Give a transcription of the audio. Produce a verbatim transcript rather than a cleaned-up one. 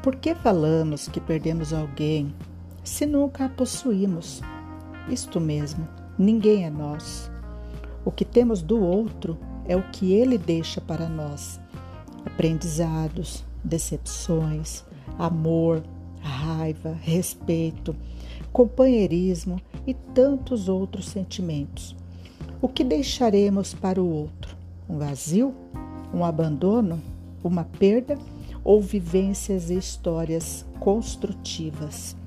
Por que falamos que perdemos alguém se nunca a possuímos? Isto mesmo, ninguém é nós. O que temos do outro é o que ele deixa para nós. Aprendizados, decepções, amor, raiva, respeito, companheirismo e tantos outros sentimentos. O que deixaremos para o outro? Um vazio? Um abandono? Uma perda? Ou vivências e histórias construtivas?